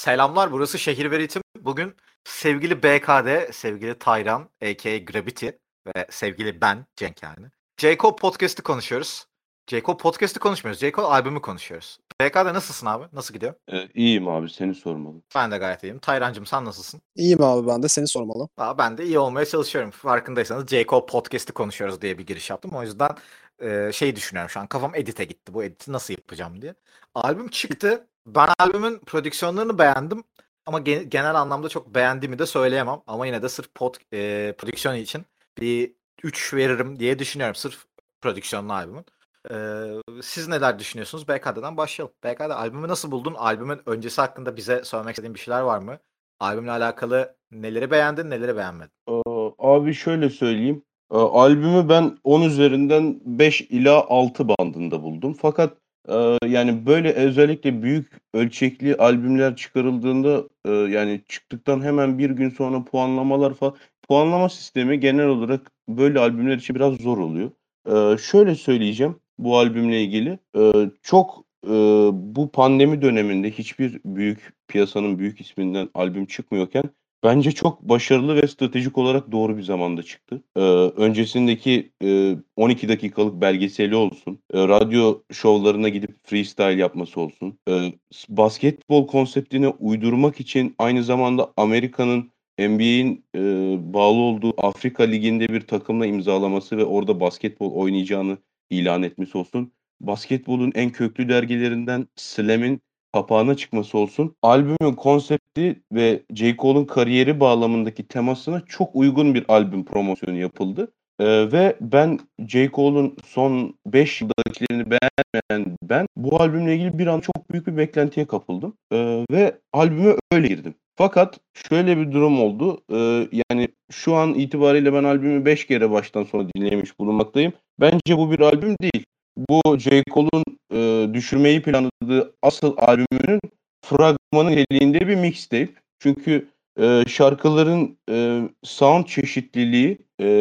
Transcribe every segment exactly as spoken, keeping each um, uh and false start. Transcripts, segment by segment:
Selamlar, burası Şehir ve Ritim. Bugün sevgili B K D, sevgili Tayran, a k a. Gravity ve sevgili ben, Cenk yani. J. Cole Podcast'ı konuşuyoruz. J. Cole Podcast'ı konuşmuyoruz. J. Cole albümü konuşuyoruz. B K D nasılsın abi? Nasıl gidiyor? Ee, iyiyim abi, seni sormalı. Ben de gayet iyiyim. Tayrancığım sen nasılsın? İyiyim abi, ben de seni sormalı. Aa, ben de iyi olmaya çalışıyorum. Farkındaysanız J. Cole Podcast'ı konuşuyoruz diye bir giriş yaptım. O yüzden e, şey düşünüyorum şu an. Kafam edite gitti. Bu editi nasıl yapacağım diye. Albüm çıktı. Ben albümün prodüksiyonlarını beğendim. Ama ge- genel anlamda çok beğendiğimi de söyleyemem. Ama yine de sırf pod, e, prodüksiyon için bir üç veririm diye düşünüyorum. Sırf prodüksiyonlu albümün. E, siz neler düşünüyorsunuz? B K D'den başlayalım. B K D albümü nasıl buldun? Albümün öncesi hakkında bize söylemek istediğin bir şeyler var mı? Albümle alakalı neleri beğendin, neleri beğenmedin? Ee, Abi şöyle söyleyeyim. Ee, albümü ben on üzerinden beş ila altı bandında buldum. Fakat e, yani böyle özellikle büyük ölçekli albümler çıkarıldığında e, yani çıktıktan hemen bir gün sonra puanlamalar falan, puanlama sistemi genel olarak böyle albümler için biraz zor oluyor. Ee, şöyle söyleyeceğim bu albümle ilgili. Ee, çok e, bu pandemi döneminde hiçbir büyük piyasanın büyük isminden albüm çıkmıyorken bence çok başarılı ve stratejik olarak doğru bir zamanda çıktı. Ee, öncesindeki e, on iki dakikalık belgeseli olsun, e, radyo şovlarına gidip freestyle yapması olsun, e, basketbol konseptine uydurmak için aynı zamanda Amerika'nın N B A'in e, bağlı olduğu Afrika Ligi'nde bir takımla imzalaması ve orada basketbol oynayacağını ilan etmesi olsun. Basketbolun en köklü dergilerinden Slam'in kapağına çıkması olsun. Albümün konsepti ve J. Cole'un kariyeri bağlamındaki temasına çok uygun bir albüm promosyonu yapıldı. Ee, ve ben J. Cole'un son beş yıldakilerini beğenmeyen ben bu albümle ilgili bir an çok büyük bir beklentiye kapıldım. Ee, ve albüme öyle girdim. Fakat şöyle bir durum oldu. Ee, yani şu an itibariyle ben albümü beş kere baştan sona dinlemiş bulunmaktayım. Bence bu bir albüm değil. Bu J. Cole'un e, düşürmeyi planladığı asıl albümünün fragmanı niteliğinde bir mixtape. Çünkü e, şarkıların e, sound çeşitliliği, e,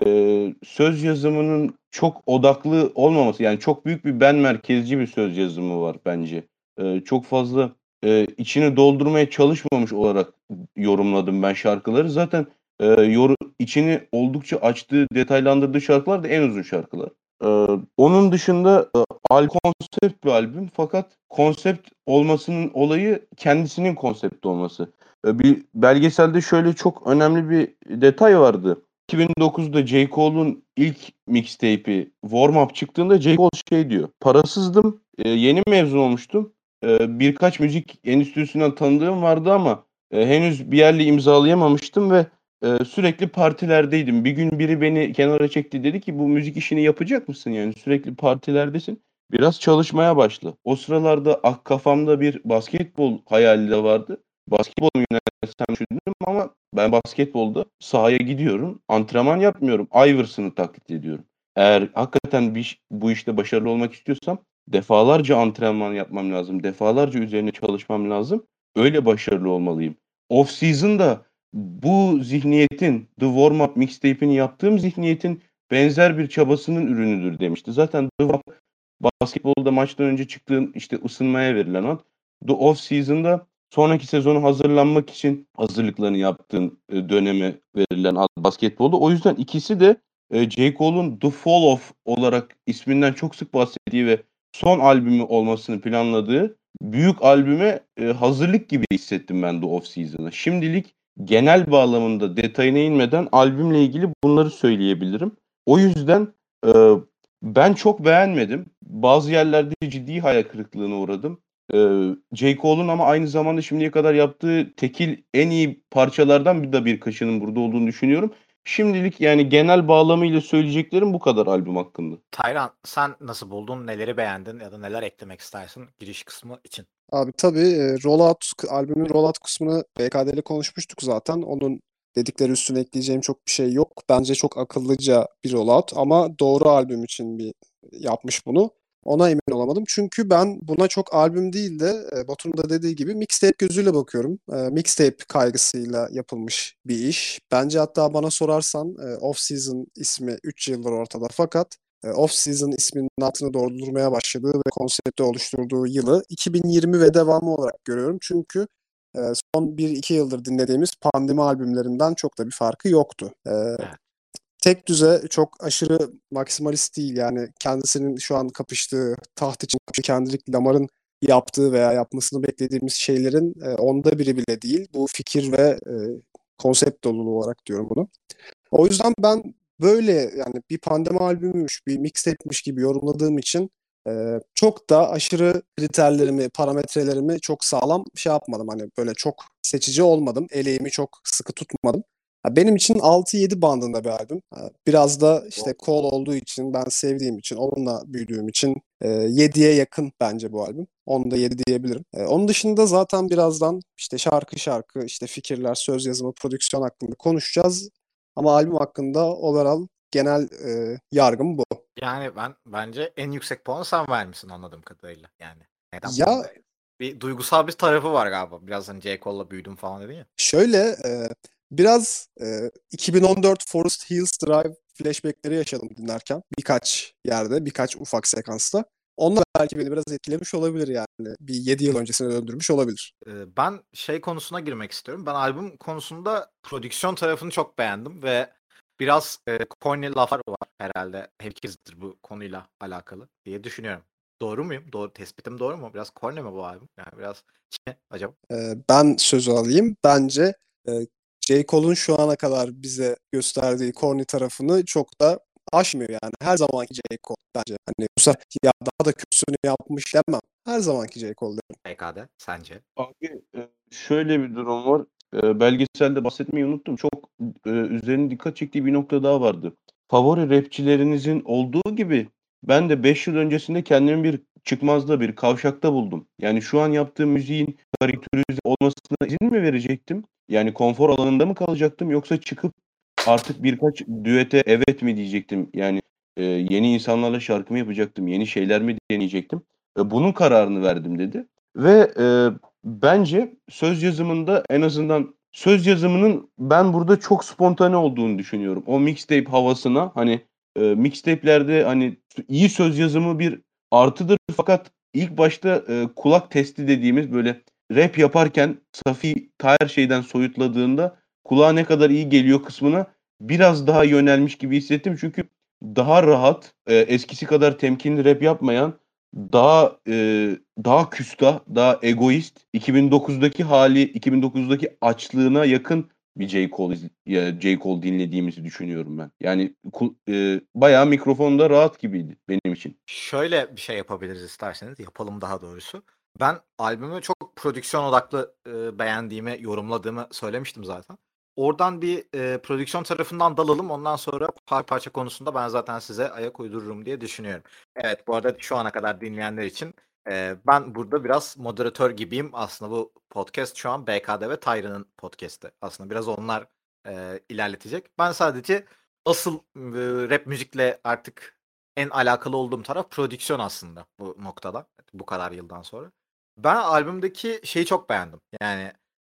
söz yazımının çok odaklı olmaması, yani çok büyük bir ben merkezci bir söz yazımı var bence. E, çok fazla e, içini doldurmaya çalışmamış olarak yorumladım ben şarkıları. Zaten e, yor içini oldukça açtığı, detaylandırdığı şarkılar da en uzun şarkılar. Ee, onun dışında e, al konsept bir albüm, fakat konsept olmasının olayı kendisinin konsept olması. Ee, bir belgeselde şöyle çok önemli bir detay vardı. iki bin dokuzda J. Cole'un ilk mixtape'i Warm Up çıktığında J. Cole şey diyor. Parasızdım, e, yeni mezun olmuştum. E, birkaç müzik endüstrisinden tanıdığım vardı ama e, henüz bir yerle imzalayamamıştım ve ee, sürekli partilerdeydim. Bir gün biri beni kenara çekti, dedi ki bu müzik işini yapacak mısın, yani sürekli partilerdesin. Biraz çalışmaya başla. O sıralarda ah, kafamda bir basketbol hayali de vardı. Basketbol mu yönelsem düşündüm ama ben basketbolda sahaya gidiyorum. Antrenman yapmıyorum. Iverson'ı taklit ediyorum. Eğer hakikaten bir, bu işte başarılı olmak istiyorsam defalarca antrenman yapmam lazım. Defalarca üzerine çalışmam lazım. Öyle başarılı olmalıyım. Off season'da bu zihniyetin, The Warm Up mixtape'ini yaptığım zihniyetin benzer bir çabasının ürünüdür demişti. Zaten The Warm Up, basketbolda maçtan önce çıktığın işte ısınmaya verilen an. The Off Season'da sonraki sezonu hazırlanmak için hazırlıklarını yaptığın e, döneme verilen ad basketbolda. O yüzden ikisi de e, J. Cole'un The Fall Off olarak isminden çok sık bahsettiği ve son albümü olmasını planladığı büyük albüme e, hazırlık gibi hissettim ben The Off Season'ı. Şimdilik genel bağlamında detayına inmeden albümle ilgili bunları söyleyebilirim. O yüzden e, ben çok beğenmedim. Bazı yerlerde ciddi hayal kırıklığına uğradım. E, J. Cole'un ama aynı zamanda şimdiye kadar yaptığı tekil en iyi parçalardan bir de birkaçının burada olduğunu düşünüyorum. Şimdilik yani genel bağlamıyla söyleyeceklerim bu kadar albüm hakkında. Tayran sen nasıl buldun? Neleri beğendin ya da neler eklemek istersin giriş kısmı için? Abi tabii e, Rollout, albümün Rollout kısmını B K D ile konuşmuştuk zaten. Onun dedikleri üstüne ekleyeceğim çok bir şey yok. Bence çok akıllıca bir Rollout ama doğru albüm için bir yapmış bunu. Ona emin olamadım. Çünkü ben buna çok albüm değil de e, Batu'nun da dediği gibi mixtape gözüyle bakıyorum. E, mixtape kaygısıyla yapılmış bir iş. Bence hatta bana sorarsan e, Off Season ismi üç yıldır ortada, fakat e, Off Season isminin altını doldurmaya başladığı ve konsepti oluşturduğu yılı iki bin yirmi ve devamı olarak görüyorum. Çünkü e, son bir iki yıldır dinlediğimiz pandemi albümlerinden çok da bir farkı yoktu. E, Evet. tek düze, çok aşırı maksimalist değil. Yani kendisinin şu an kapıştığı, taht için Kendrick Lamar'ın yaptığı veya yapmasını beklediğimiz şeylerin e, onda biri bile değil. Bu fikir ve e, konsept doluluğu olarak diyorum bunu. O yüzden ben böyle, yani bir pandemi albümüymüş, bir mixtape'miş gibi yorumladığım için e, çok da aşırı kriterlerimi, parametrelerimi çok sağlam şey yapmadım. Hani böyle çok seçici olmadım, eleğimi çok sıkı tutmadım. Ha, benim için altı yedi bandında bir albüm. Ha, biraz da işte Cole olduğu için, ben sevdiğim için, onunla büyüdüğüm için e, yediye yakın bence bu albüm. Onu da yedi diyebilirim. E, onun dışında zaten birazdan işte şarkı şarkı, işte fikirler, söz yazımı, prodüksiyon hakkında konuşacağız. Ama albüm hakkında overall genel e, yargım bu. Yani ben bence en yüksek puanı sen vermişsin anladığım kadarıyla. Yani neden Ya bunda bir duygusal bir tarafı var galiba. Biraz hani J. Cole'la büyüdüm falan dedin ya. şöyle e, biraz e, iki bin on dört Forest Hills Drive flashbackleri yaşadım dinlerken. Birkaç yerde, birkaç ufak sekansta. Onlar belki beni biraz etkilemiş olabilir yani. Bir yedi yıl öncesine döndürmüş olabilir. Ee, Ben şey konusuna girmek istiyorum. Ben albüm konusunda prodüksiyon tarafını çok beğendim ve biraz e, corny laflar var herhalde. Herkesdir bu konuyla alakalı diye düşünüyorum. Doğru muyum? Doğru tespitim doğru mu? Biraz corny mi bu albüm? Yani biraz ne acaba? E, ben sözü alayım. Bence e, J. Cole'un şu ana kadar bize gösterdiği corny tarafını çok da aşmıyor yani. Her zamanki J. Cole bence. Hani bu sefer ya daha da kötüsünü yapmış demem. Her zamanki J. Cole derim. P K D sence? Abi e, şöyle bir durum var. E, belgeselde bahsetmeyi unuttum. Çok e, üzerine dikkat çektiği bir nokta daha vardı. Favori rapçilerinizin olduğu gibi ben de beş yıl öncesinde kendimi bir çıkmazda, bir kavşakta buldum. Yani şu an yaptığım müziğin karikatürize olmasına izin mi verecektim? Yani konfor alanında mı kalacaktım yoksa çıkıp artık birkaç düete evet mi diyecektim? Yani e, yeni insanlarla şarkımı yapacaktım, yeni şeyler mi deneyecektim? E, bunun kararını verdim dedi. Ve e, bence söz yazımında en azından söz yazımının ben burada çok spontane olduğunu düşünüyorum. O mixtape havasına hani e, mixtape'lerde hani iyi söz yazımı bir artıdır fakat ilk başta e, kulak testi dediğimiz böyle rap yaparken Safi her şeyden soyutladığında kulağa ne kadar iyi geliyor kısmına biraz daha yönelmiş gibi hissettim. Çünkü daha rahat, e, eskisi kadar temkinli rap yapmayan daha e, daha küstah, daha egoist, iki bin dokuzdaki hali, iki bin dokuzdaki açlığına yakın bir J. Cole, iz- ya J. Cole dinlediğimizi düşünüyorum ben. Yani ku- e, bayağı mikrofonda rahat gibiydi benim için. Şöyle bir şey yapabiliriz isterseniz. Yapalım daha doğrusu. Ben albümü çok prodüksiyon odaklı e, beğendiğimi, yorumladığımı söylemiştim zaten. Oradan bir e, prodüksiyon tarafından dalalım. Ondan sonra parça parça konusunda ben zaten size ayak uydururum diye düşünüyorum. Evet, bu arada şu ana kadar dinleyenler için e, ben burada biraz moderatör gibiyim. Aslında bu podcast şu an B K D ve Tyron'ın podcast'i. Aslında biraz onlar e, ilerletecek. Ben sadece asıl e, rap müzikle artık en alakalı olduğum taraf prodüksiyon aslında bu noktada. Bu kadar yıldan sonra. Ben albümdeki şeyi çok beğendim. Yani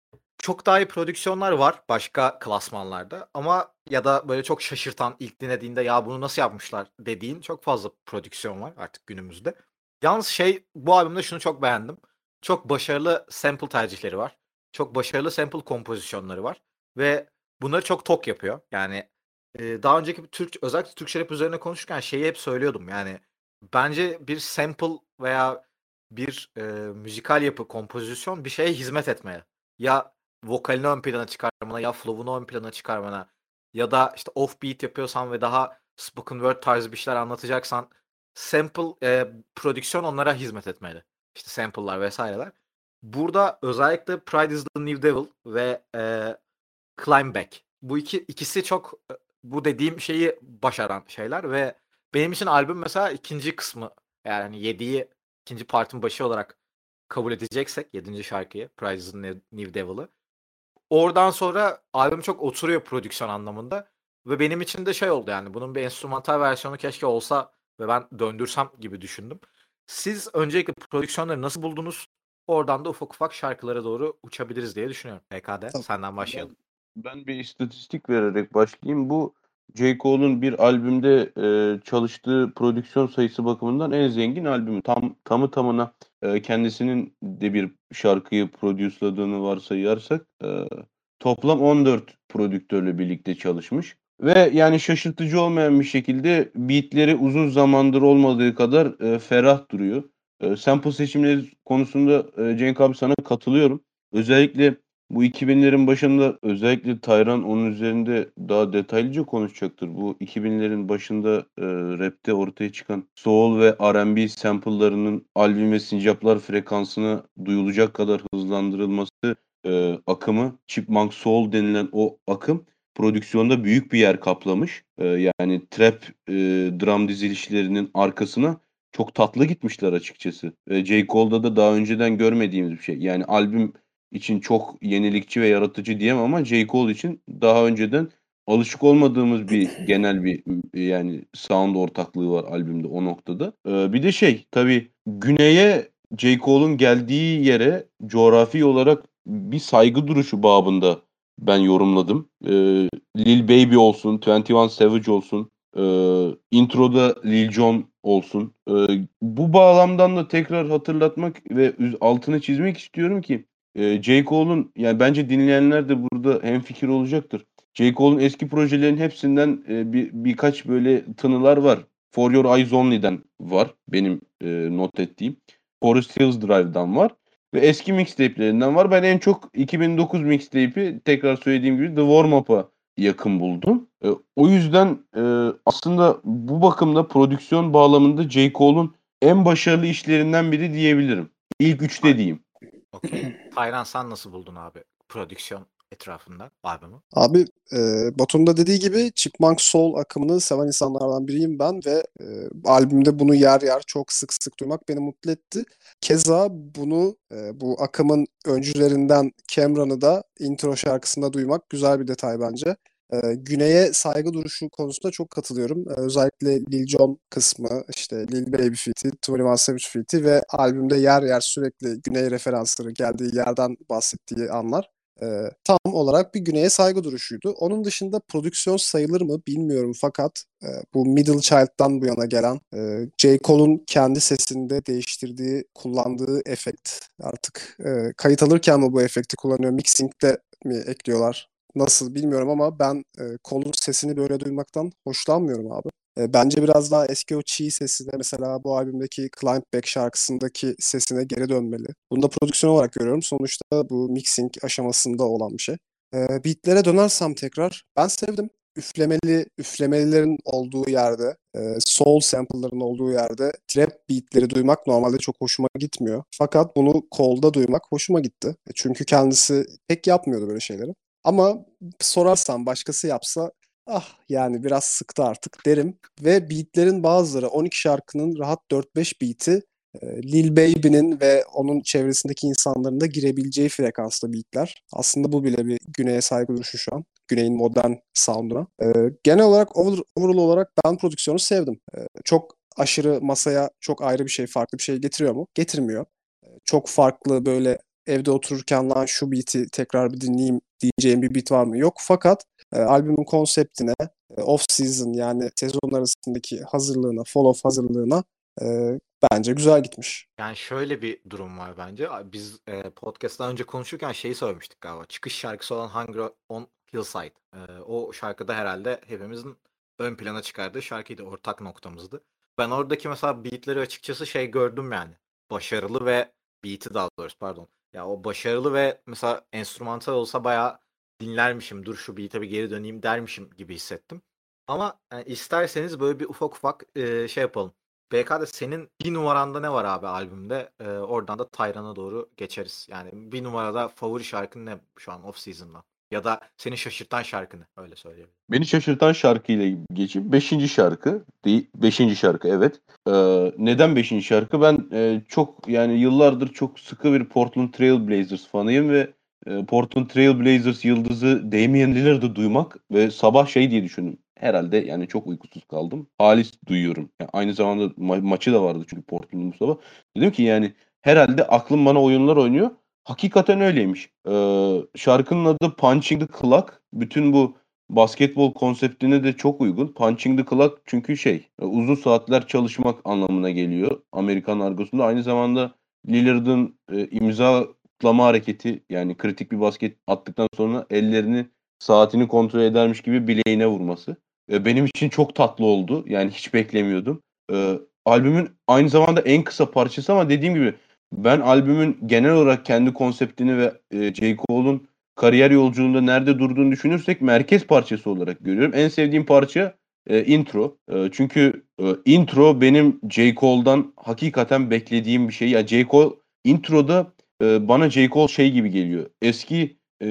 çok daha iyi prodüksiyonlar var başka klasmanlarda ama ya da böyle çok şaşırtan ilk dinlediğinde ya bunu nasıl yapmışlar dediğin çok fazla prodüksiyon var artık günümüzde. Yalnız şey bu albümde şunu çok beğendim. Çok başarılı sample tercihleri var. Çok başarılı sample kompozisyonları var ve bunları çok tok yapıyor. Yani e, daha önceki bir Türk özellikle Türkçe rap üzerine konuşurken şeyi hep söylüyordum. Yani bence bir sample veya bir e, müzikal yapı, kompozisyon bir şeye hizmet etmeye. Ya vokalini ön plana çıkarmana ya flow'unu ön plana çıkarmana ya da işte offbeat yapıyorsan ve daha spoken word tarzı bir şeyler anlatacaksan sample e, prodüksiyon onlara hizmet etmeli. İşte sample'lar vesaireler. Burada özellikle Pride is the New Devil ve e, Climb Back. Bu iki ikisi çok e, bu dediğim şeyi başaran şeyler ve benim için albüm mesela ikinci kısmı yani hani yediği ikinci partın başı olarak kabul edeceksek yedinci şarkıyı Pride is the New New Devil'ı oradan sonra albüm çok oturuyor prodüksiyon anlamında ve benim için de şey oldu yani bunun bir enstrümantal versiyonu keşke olsa ve ben döndürsem gibi düşündüm. Siz öncelikle prodüksiyonları nasıl buldunuz? Oradan da ufak ufak şarkılara doğru uçabiliriz diye düşünüyorum. P K D Tamam. senden başlayalım. Ben, ben bir istatistik vererek başlayayım. Bu J. Cole'un bir albümde e, çalıştığı prodüksiyon sayısı bakımından en zengin albümü. Tam tamı tamına e, kendisinin de bir şarkıyı prodüsladığını varsayarsak e, toplam on dört prodüktörle birlikte çalışmış. Ve yani şaşırtıcı olmayan bir şekilde beatleri uzun zamandır olmadığı kadar e, ferah duruyor. E, sample seçimleri konusunda e, Cenk abi sana katılıyorum. Özellikle bu iki binlerin başında özellikle Tayran onun üzerinde daha detaylıca konuşacaktır. Bu iki binlerin başında e, rapte ortaya çıkan soul ve R and B sample'larının albüm ve sincaplar frekansına duyulacak kadar hızlandırılması e, akımı, Chipmunk Soul denilen o akım prodüksiyonda büyük bir yer kaplamış. E, yani trap e, drum dizilişlerinin arkasına çok tatlı gitmişler açıkçası. E, J. Cole'da da daha önceden görmediğimiz bir şey. Yani albüm için çok yenilikçi ve yaratıcı diyemem ama J. Cole için daha önceden alışık olmadığımız bir genel bir yani sound ortaklığı var albümde o noktada. Ee, bir de şey tabii güneye J. Cole'un geldiği yere coğrafi olarak bir saygı duruşu babında ben yorumladım. Ee, Lil Baby olsun, Twenty One Savage olsun, e, introda Lil Jon olsun. E, bu bağlamdan da tekrar hatırlatmak ve üz- altını çizmek istiyorum ki e, J. Cole'un yani bence dinleyenler de burada hemfikir olacaktır. J. Cole'un eski projelerin hepsinden e, bir birkaç böyle tınılar var. For Your Eyes Only'den var benim e, not ettiğim. Forest Hills Drive'dan var. Ve eski mixtape'lerinden var. Ben en çok iki bin dokuz mixtape'i tekrar söylediğim gibi The Warm Up'a yakın buldum. E, o yüzden e, aslında bu bakımda prodüksiyon bağlamında J. Cole'un en başarılı işlerinden biri diyebilirim. İlk üçte Ay, diyeyim. okey. Tayran sen nasıl buldun abi prodüksiyon etrafında albümü? Abi e, Batu'nun da dediği gibi Chipmunk Soul akımını seven insanlardan biriyim ben ve e, albümde bunu yer yer çok sık sık duymak beni mutlu etti. Keza bunu e, bu akımın öncülerinden Cameron'ı da intro şarkısında duymak güzel bir detay bence. E, Güney'e saygı duruşu konusunda çok katılıyorum. E, özellikle Lil Jon kısmı, işte Lil Baby feat'i, Twenty One Savage feat'i ve albümde yer yer sürekli Güney referansları geldiği yerden bahsettiği anlar. Ee, tam olarak bir güneye saygı duruşuydu. Onun dışında prodüksiyon sayılır mı bilmiyorum fakat e, bu Middle Child'dan bu yana gelen e, J. Cole'un kendi sesinde değiştirdiği, kullandığı efekt artık e, kayıt alırken mi bu efekti kullanıyor, mixing'de mi ekliyorlar? Nasıl bilmiyorum ama ben e, Cole'un sesini böyle duymaktan hoşlanmıyorum abi. E, bence biraz daha eski o çiğ sesine mesela bu albümdeki Climb Back şarkısındaki sesine geri dönmeli. Bunu da prodüksiyon olarak görüyorum. Sonuçta bu mixing aşamasında olan bir şey. E, beatlere dönersem tekrar ben sevdim. Üflemeli, üflemelilerin olduğu yerde, e, soul sample'ların olduğu yerde trap beatleri duymak normalde çok hoşuma gitmiyor. Fakat bunu Cole'da duymak hoşuma gitti. E, Çünkü kendisi pek yapmıyordu böyle şeyleri. Ama sorarsam başkası yapsa ah yani biraz sıktı artık derim. Ve beatlerin bazıları on iki şarkının rahat dört beş beat'i e, Lil Baby'nin ve onun çevresindeki insanların da girebileceği frekansta beatler. Aslında bu bile bir Güney'e saygı duruşu şu an. Güney'in modern sound'una. E, genel olarak over, overall olarak ben prodüksiyonu sevdim. E, çok aşırı masaya çok ayrı bir şey, farklı bir şey getiriyor mu? Getirmiyor. E, çok farklı böyle evde otururken lan şu beat'i tekrar bir dinleyeyim diyeceğim bir beat var mı? Yok. Fakat e, albümün konseptine, e, off-season yani sezon arasındaki hazırlığına, fall-off hazırlığına e, bence güzel gitmiş. Yani şöyle bir durum var bence. Biz e, podcast'tan önce konuşurken şeyi söylemiştik galiba. Çıkış şarkısı olan Hunger on Hillside. E, o şarkıda herhalde hepimizin ön plana çıkardığı şarkıydı. Ortak noktamızdı. Ben oradaki mesela beatleri açıkçası şey gördüm yani. Başarılı ve beat'i daha doğrusu pardon. Ya o başarılı ve mesela enstrümantal olsa bayağı dinlermişim. Dur şu beat'e bir geri döneyim dermişim gibi hissettim. Ama yani isterseniz böyle bir ufak ufak e, şey yapalım. B K'da senin bir numaranda ne var abi albümde? Ee, oradan da Tayran'a doğru geçeriz. Yani bir numarada favori şarkın ne şu an off season'da? Ya da seni şaşırtan şarkı ne? Öyle söyleyebilirim. Beni şaşırtan şarkıyla geçeyim. Beşinci şarkı. Değil, beşinci şarkı evet. Ee, neden beşinci şarkı? Ben e, çok yani yıllardır çok sıkı bir Portland Trail Blazers fanıyım ve e, Portland Trail Blazers yıldızı Damian Lillard'ı duymak ve sabah şey diye düşündüm. Herhalde yani çok uykusuz kaldım. Halis duyuyorum. Yani aynı zamanda ma- maçı da vardı çünkü Portland'ın bu sabah. Dedim ki yani herhalde aklım bana oyunlar oynuyor. Hakikaten öyleymiş. Ee, şarkının adı Punching the Clock. Bütün bu basketbol konseptine de çok uygun. Punching the clock çünkü şey e, uzun saatler çalışmak anlamına geliyor Amerikan argosunda. Aynı zamanda Lillard'ın e, imzalama hareketi yani kritik bir basket attıktan sonra ellerini saatini kontrol edermiş gibi bileğine vurması. E, benim için çok tatlı oldu. Yani hiç beklemiyordum. E, albümün aynı zamanda en kısa parçası ama dediğim gibi ben albümün genel olarak kendi konseptini ve e, J. Cole'un kariyer yolculuğunda nerede durduğunu düşünürsek merkez parçası olarak görüyorum. En sevdiğim parça e, intro. E, çünkü e, intro benim J. Cole'dan hakikaten beklediğim bir şey. Ya J. Cole introda e, bana J. Cole şey gibi geliyor. Eski e,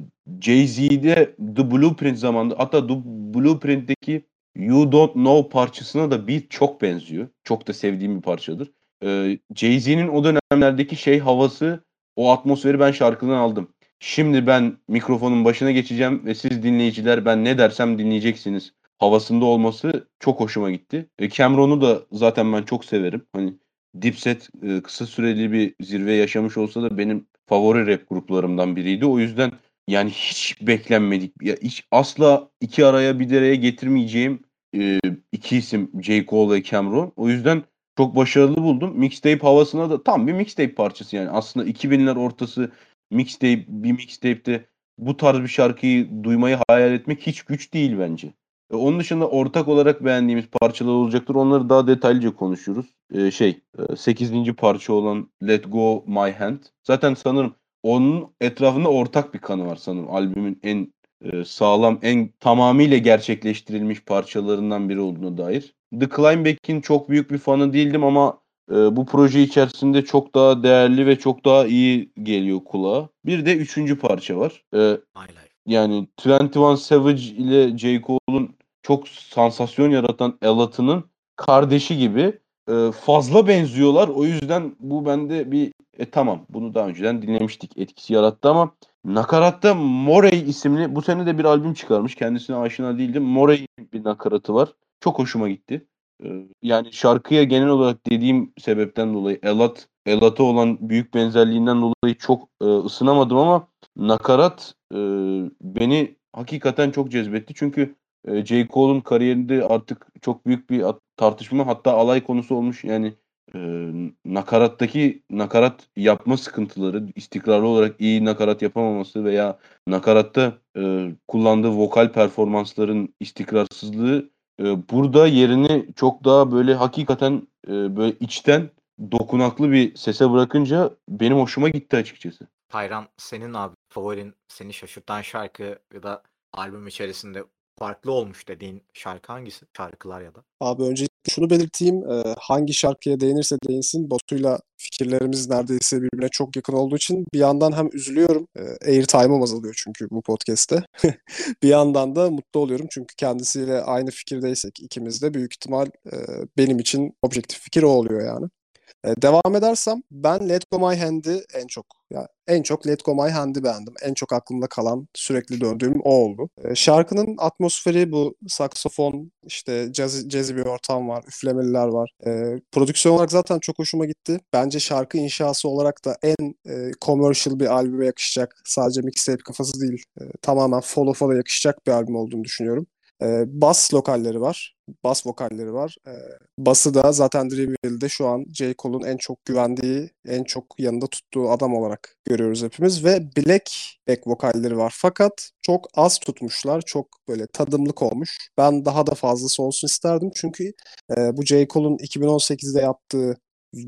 Jay-Z'de The Blueprint zamanında hatta The Blueprint'teki You Don't Know parçasına da beat çok benziyor. Çok da sevdiğim bir parçadır. E, Jay-Z'nin o dönemlerdeki şey havası, o atmosferi ben şarkıdan aldım. Şimdi ben mikrofonun başına geçeceğim ve siz dinleyiciler ben ne dersem dinleyeceksiniz havasında olması çok hoşuma gitti. E, Cameron'u da zaten ben çok severim. Hani Dipset e, kısa süreli bir zirve yaşamış olsa da benim favori rap gruplarımdan biriydi. O yüzden yani hiç beklenmedik. Ya hiç asla iki araya bir dereye getirmeyeceğim e, iki isim J. Cole ve Cameron. O yüzden çok başarılı buldum. Mixtape havasına da tam bir mixtape parçası yani. Aslında iki binler ortası mixtape bir mixtape'te bu tarz bir şarkıyı duymayı hayal etmek hiç güç değil bence. E, onun dışında ortak olarak beğendiğimiz parçalar olacaktır. Onları daha detaylıca konuşuruz. E, şey e, sekizinci parça olan Let Go My Hand. Zaten sanırım onun etrafında ortak bir kanı var sanırım. Albümün en e, sağlam, en tamamıyla gerçekleştirilmiş parçalarından biri olduğuna dair. The Climb Back'in çok büyük bir fanı değildim ama e, bu proje içerisinde çok daha değerli ve çok daha iyi geliyor kulağa. Bir de üçüncü parça var. E, My Life. yani Twenty One Savage ile J. Cole'un çok sansasyon yaratan Elat'ının kardeşi gibi e, fazla benziyorlar. O yüzden bu bende bir e, tamam bunu daha önceden dinlemiştik etkisi yarattı ama nakaratta Morey isimli bu sene de bir albüm çıkarmış. Kendisine aşina değildim. Morey'in bir nakaratı var. Çok hoşuma gitti. E, yani şarkıya genel olarak dediğim sebepten dolayı Elat Elat'a olan büyük benzerliğinden dolayı çok e, ısınamadım ama nakarat e, beni hakikaten çok cezbetti. Çünkü e, J. Cole'un kariyerinde artık çok büyük bir at- tartışma hatta alay konusu olmuş. Yani e, nakarattaki nakarat yapma sıkıntıları, istikrarlı olarak iyi nakarat yapamaması veya nakaratta e, kullandığı vokal performansların istikrarsızlığı e, burada yerini çok daha böyle hakikaten e, böyle içten dokunaklı bir sese bırakınca benim hoşuma gitti açıkçası. Tayran, senin abi favorin, seni şaşırtan şarkı ya da albüm içerisinde farklı olmuş dediğin şarkı hangisi? Şarkılar ya da. Abi öncelikle şunu belirteyim. e, hangi şarkıya değinirse değinsin Batu'yla fikirlerimiz neredeyse birbirine çok yakın olduğu için bir yandan hem üzülüyorum. E, airtime'ım azalıyor çünkü bu podcast'te. Bir yandan da mutlu oluyorum çünkü kendisiyle aynı fikirdeysek ikimiz de büyük ihtimal e, benim için objektif fikir o oluyor yani. E, devam edersem ben Let Go My Hand'i en çok ya en çok Let Go My Hand'i beğendim. En çok aklımda kalan, sürekli döndüğüm o oldu. E, şarkının atmosferi bu saksofon, işte caz, caz bir ortam var, üflemeliler var. E, prodüksiyon olarak zaten çok hoşuma gitti. Bence şarkı inşası olarak da en e, commercial bir albüme yakışacak. Sadece mixtape kafası değil, e, tamamen follow follow yakışacak bir albüm olduğunu düşünüyorum. E, bas lokalleri var. Bas vokalleri var. E, Bası da zaten Dreamville'de şu an J. Cole'un en çok güvendiği, en çok yanında tuttuğu adam olarak görüyoruz hepimiz. Ve Black back vokalleri var. Fakat çok az tutmuşlar. Çok böyle tadımlık olmuş. Ben daha da fazlası olsun isterdim. Çünkü e, bu J. Cole'un iki bin on sekizde yaptığı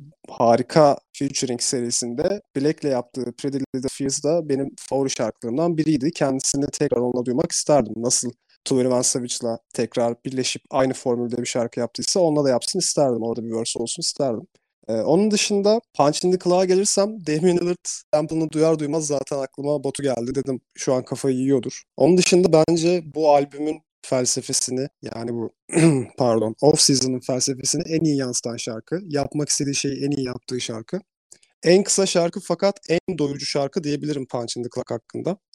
harika featuring serisinde Black'le yaptığı Pretty Little Fears da benim favori şarkılarımdan biriydi. Kendisini tekrar onunla duymak isterdim. Nasıl Twenty One Savage'la tekrar birleşip aynı formülde bir şarkı yaptıysa onunla da yapsın isterdim. Orada bir verse olsun isterdim. Ee, onun dışında Punch in the Claw'a gelirsem Damian Lillard sample'ını duyar duymaz zaten aklıma Batu geldi. Dedim şu an kafayı yiyordur. Onun dışında bence bu albümün felsefesini yani bu pardon Off Season'ın felsefesini en iyi yansıtan şarkı. Yapmak istediği şeyi en iyi yaptığı şarkı. En kısa şarkı fakat en doyurucu şarkı diyebilirim Punch in the Clock hakkında.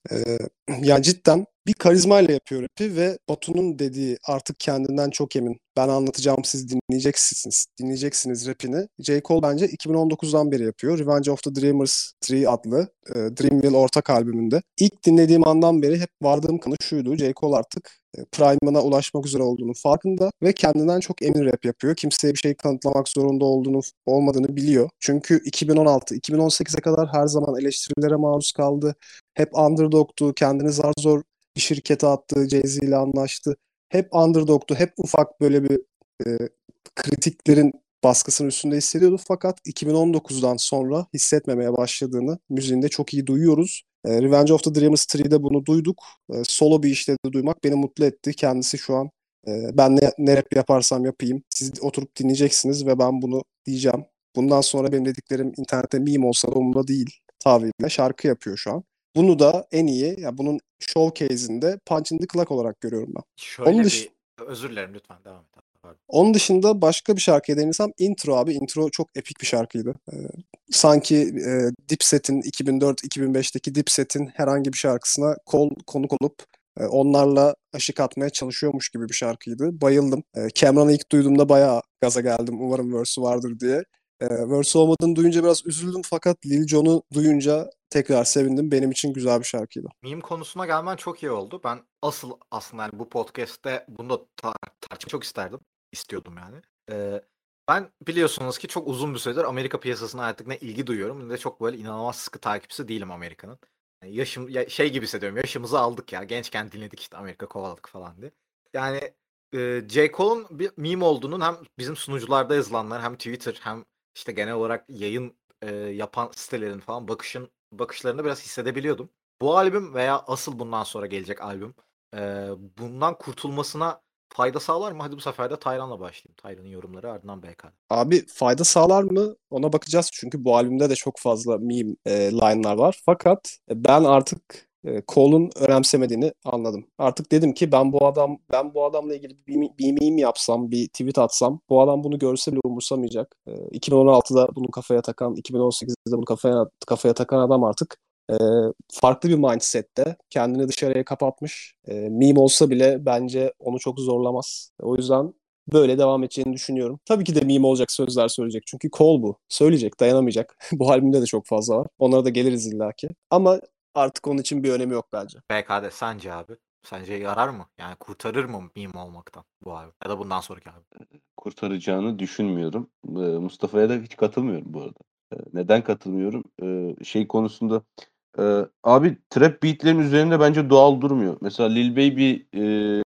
Ee, yani cidden bir karizmayla yapıyor rapi ve Batu'nun dediği artık kendinden çok emin. Ben anlatacağım, siz dinleyeceksiniz. Dinleyeceksiniz rapini. J. Cole bence iki bin on dokuzdan beri yapıyor. Revenge of the Dreamers üç adlı e, Dreamville ortak albümünde. İlk dinlediğim andan beri hep vardığım kanı şuydu: J. Cole artık e, prime'ına ulaşmak üzere olduğunu farkında ve kendinden çok emin rap yapıyor. Kimseye bir şey kanıtlamak zorunda olduğunu olmadığını biliyor. Çünkü iki bin on altı iki bin on sekize kadar her zaman eleştirilere maruz kaldı. Hep underdog'tu. Kendini zar zor bir şirkete attı. Jay-Z ile anlaştı. Hep underdog'tu. Hep ufak böyle bir e, kritiklerin baskısının üstünde hissediyordu. Fakat iki bin on dokuzdan sonra hissetmemeye başladığını müziğinde çok iyi duyuyoruz. E, Revenge of the Dreamers üçte bunu duyduk. E, solo bir işte de duymak beni mutlu etti. Kendisi şu an e, ben ne, ne rap yaparsam yapayım, siz oturup dinleyeceksiniz ve ben bunu diyeceğim. Bundan sonra benim dediklerim internette meme olsa da umurumda değil tavrıyla şarkı yapıyor şu an. Bunu da en iyi, ya bunun showcase'inde Punch in the Clock olarak görüyorum ben. Onun Şöyle dış bir özür dilerim, lütfen devam et. Pardon. onun dışında başka bir şarkıya değinirsem Intro abi. Intro çok epik bir şarkıydı. Ee, sanki e, Dipset'in iki bin dört iki bin beşteki Dipset'in herhangi bir şarkısına kol konuk olup e, onlarla aşık atmaya çalışıyormuş gibi bir şarkıydı. Bayıldım. E, Cameron'ı ilk duyduğumda bayağı gaza geldim. Umarım verse'ü vardır diye. E, verse'ü olmadığını duyunca biraz üzüldüm fakat Lil Jon'u duyunca tekrar sevindim. Benim için güzel bir şarkıydı. Meme konusuna gelmen çok iyi oldu. Ben asıl aslında yani bu podcast'te bunu da tar- tartışmak çok isterdim. İstiyordum yani. Ee, ben biliyorsunuz ki çok uzun bir süredir Amerika piyasasına artık ne ilgi duyuyorum ne de çok böyle inanılmaz sıkı takipçisi değilim Amerika'nın. Yani yaşım ya şey gibi hissediyorum. Yaşımızı aldık ya. Gençken dinledik işte Amerika kovaladık falan diye. Yani e, J. Cole'un bir meme olduğunun hem bizim sunucularda yazılanlar hem Twitter hem işte genel olarak yayın e, yapan sitelerin falan bakışın bakışlarını biraz hissedebiliyordum. Bu albüm veya asıl bundan sonra gelecek albüm e, bundan kurtulmasına fayda sağlar mı? Hadi bu sefer de Tayran'la başlayayım. Tayran'ın yorumları ardından B K. Abi fayda sağlar mı? Ona bakacağız çünkü bu albümde de çok fazla meme e, line'lar var. Fakat e, ben artık e, Cole'un önemsemediğini anladım. Artık dedim ki ben bu adam ben bu adamla ilgili bir, mi- bir meme yapsam, bir tweet atsam bu adam bunu görse bile umursamayacak. E, iki bin on altıda bunu kafaya takan, iki bin on sekizde bunu kafaya kafaya takan adam artık e, farklı bir mindsette kendini dışarıya kapatmış. E, meme olsa bile bence onu çok zorlamaz. O yüzden böyle devam edeceğini düşünüyorum. Tabii ki de meme olacak sözler söyleyecek. Çünkü Cole bu. Söyleyecek, dayanamayacak. Bu albümde de çok fazla var. Onlara da geliriz illaki. Ama artık onun için bir önemi yok bence. B K D sence abi? Sence yarar mı? Yani kurtarır mı meme olmaktan bu albüm? Ya da bundan sonraki albüm? Kurtaracağını düşünmüyorum. Ee, Mustafa'ya da hiç katılmıyorum bu arada. Ee, neden katılmıyorum? Ee, şey konusunda e, abi trap beatlerin üzerinde bence doğal durmuyor. Mesela Lil Baby e,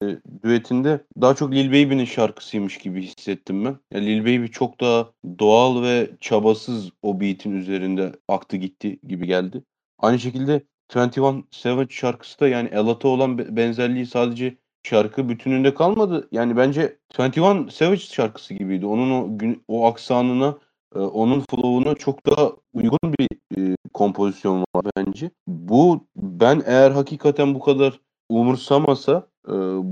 düetinde daha çok Lil Baby'nin şarkısıymış gibi hissettim ben. Yani Lil Baby çok daha doğal ve çabasız o beat'in üzerinde aktı gitti gibi geldi. Aynı şekilde Twenty One Savage şarkısı da yani Elat'a olan be- benzerliği sadece şarkı bütününde kalmadı. Yani bence Twenty One Savage şarkısı gibiydi. Onun o gün, o aksanına, e, onun flow'una çok daha uygun bir e, kompozisyon var bence. Bu ben eğer hakikaten bu kadar umursamasa e,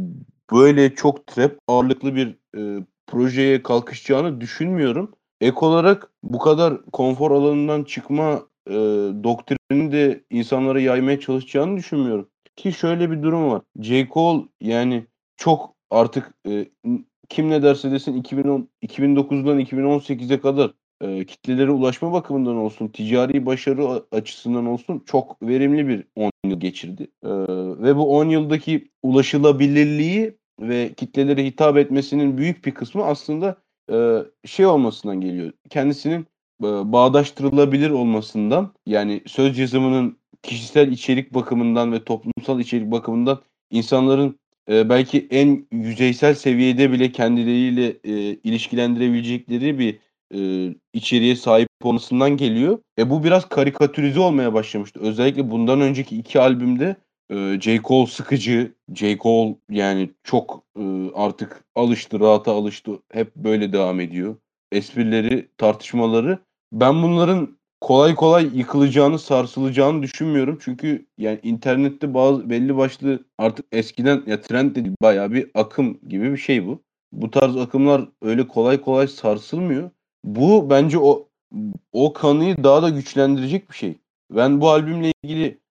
böyle çok trap ağırlıklı bir e, projeye kalkışacağını düşünmüyorum. Ek olarak bu kadar konfor alanından çıkma e, doktrini de insanlara yaymaya çalışacağını düşünmüyorum. Ki şöyle bir durum var. J. Cole yani çok artık e, kim ne derse desin iki bin on, iki bin dokuzdan iki bin on sekize kadar e, kitlelere ulaşma bakımından olsun, ticari başarı a- açısından olsun çok verimli bir on yıl geçirdi. E, ve bu on yıldaki ulaşılabilirliği ve kitlelere hitap etmesinin büyük bir kısmı aslında e, şey olmasından geliyor. Kendisinin e, bağdaştırılabilir olmasından, yani söz yazımının kişisel içerik bakımından ve toplumsal içerik bakımından insanların e, belki en yüzeysel seviyede bile kendileriyle e, ilişkilendirebilecekleri bir e, içeriğe sahip olmasından geliyor. E bu biraz karikatürize olmaya başlamıştı. Özellikle bundan önceki iki albümde e, J. Cole sıkıcı, J. Cole yani çok e, artık alıştı, rahata alıştı. Hep böyle devam ediyor. Esprileri, tartışmaları. Ben bunların kolay kolay yıkılacağını, sarsılacağını düşünmüyorum. Çünkü yani internette bazı belli başlı artık eskiden ya trend değil bayağı bir akım gibi bir şey bu. Bu tarz akımlar öyle kolay kolay sarsılmıyor. Bu bence o o kanıyı daha da güçlendirecek bir şey. Ben bu albümle ilgili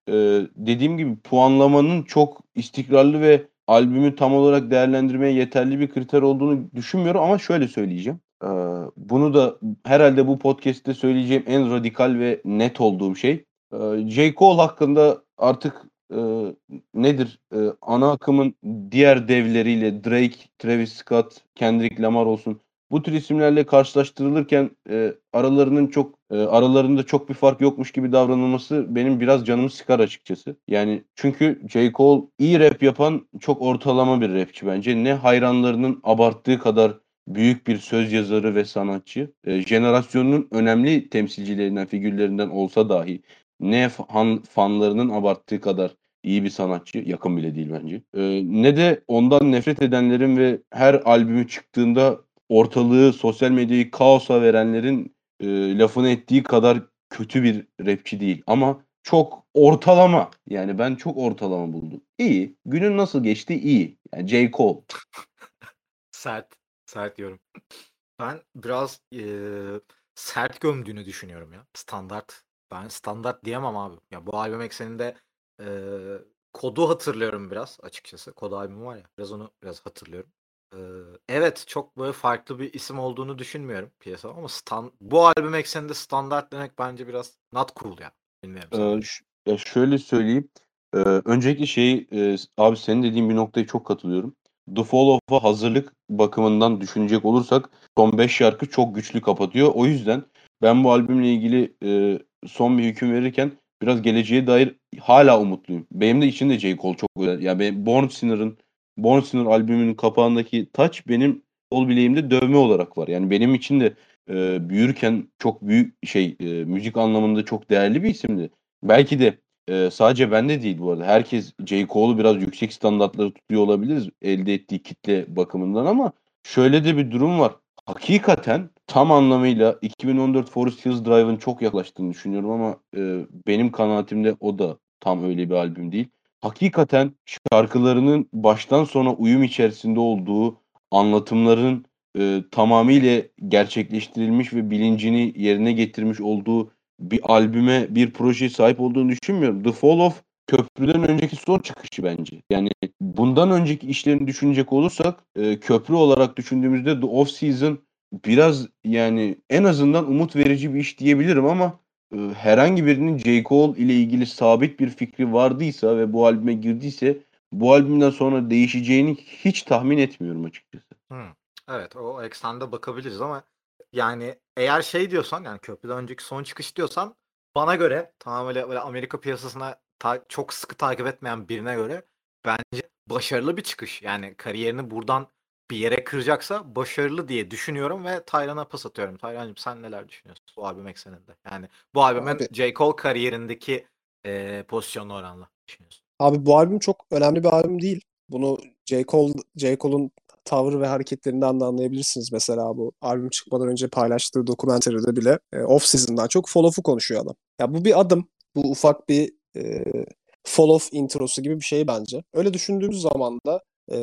e, dediğim gibi puanlamanın çok istikrarlı ve albümü tam olarak değerlendirmeye yeterli bir kriter olduğunu düşünmüyorum ama şöyle söyleyeceğim. Ee, bunu da herhalde bu podcast'te söyleyeceğim en radikal ve net olduğum şey. Ee, J. Cole hakkında artık e, nedir? E, ana akımın diğer devleriyle Drake, Travis Scott, Kendrick Lamar olsun. Bu tür isimlerle karşılaştırılırken e, aralarının çok e, aralarında çok bir fark yokmuş gibi davranılması benim biraz canımı sıkar açıkçası. Yani çünkü J. Cole iyi rap yapan çok ortalama bir rapçi bence. Ne hayranlarının abarttığı kadar büyük bir söz yazarı ve sanatçı. E, jenerasyonunun önemli temsilcilerinden, figürlerinden olsa dahi ne fan, fanlarının abarttığı kadar iyi bir sanatçı, yakın bile değil bence. E, ne de ondan nefret edenlerin ve her albümü çıktığında ortalığı, sosyal medyayı kaosa verenlerin e, lafını ettiği kadar kötü bir rapçi değil. Ama çok ortalama. Yani ben çok ortalama buldum. İyi. Günün nasıl geçti? İyi. Yani J. Cole. Sert. Sert yorum. Ben biraz eee, sert gömdüğünü düşünüyorum ya. Standart. Ben standart diyemem abi. Ya bu albüm ekseninde eee, Kodu hatırlıyorum biraz açıkçası. Kod albümü var ya. Biraz onu biraz hatırlıyorum. Eee, evet, çok böyle farklı bir isim olduğunu düşünmüyorum piyasada ama stan bu albüm ekseninde standart demek bence biraz not cool ya. Bilmiyorum, sen Ee, ne ş- ya şöyle söyleyeyim. Ee, öncelikli şey e, abi senin dediğin bir noktaya çok katılıyorum. The Fall of'a hazırlık bakımından düşünecek olursak son beş şarkı çok güçlü kapatıyor. O yüzden ben bu albümle ilgili e, son bir hüküm verirken biraz geleceğe dair hala umutluyum. Benim de içinde J. Cole çok güzel. Yani ben Born Sinner'ın Born Sinner albümünün kapağındaki taç benim sol bileğimde dövme olarak var. Yani benim için de e, büyürken çok büyük şey e, müzik anlamında çok değerli bir isimdi. Belki de e, sadece bende değil bu arada. Herkes J. Cole'u biraz yüksek standartları tutuyor olabilir elde ettiği kitle bakımından ama şöyle de bir durum var. Hakikaten tam anlamıyla iki bin on dört Forest Hills Drive'ın çok yaklaştığını düşünüyorum ama e, benim kanaatimde o da tam öyle bir albüm değil. Hakikaten şarkılarının baştan sona uyum içerisinde olduğu, anlatımların e, tamamıyla gerçekleştirilmiş ve bilincini yerine getirmiş olduğu bir albüme, bir projeye sahip olduğunu düşünmüyorum. The Fall of köprüden önceki son çıkışı bence. Yani bundan önceki işlerini düşünecek olursak e, köprü olarak düşündüğümüzde The Off Season biraz yani en azından umut verici bir iş diyebilirim ama e, herhangi birinin J. Cole ile ilgili sabit bir fikri vardıysa ve bu albüme girdiyse bu albümden sonra değişeceğini hiç tahmin etmiyorum açıkçası. Hımm. Evet, o eksende bakabiliriz ama yani eğer şey diyorsan, yani köprüden önceki son çıkış diyorsan bana göre tamamıyla böyle Amerika piyasasına ta çok sıkı takip etmeyen birine göre bence başarılı bir çıkış. Yani kariyerini buradan bir yere kıracaksa başarılı diye düşünüyorum ve Taylan'a pas atıyorum. Taylancığım, sen neler düşünüyorsun bu albüm ekseninde? Yani bu albümün Abi J. Cole kariyerindeki, eee, pozisyonuna oranla düşünüyorsun. Abi bu albüm çok önemli bir albüm değil. Bunu J. Cole, J. Cole'un tavır ve hareketlerinden de anlayabilirsiniz. Mesela bu albüm çıkmadan önce paylaştığı dokumenteride bile e, Off Season'dan çok Fall Off'u konuşuyor adam. Ya bu bir adım. Bu ufak bir e, Fall Off introsu gibi bir şey bence. Öyle düşündüğümüz zaman da e,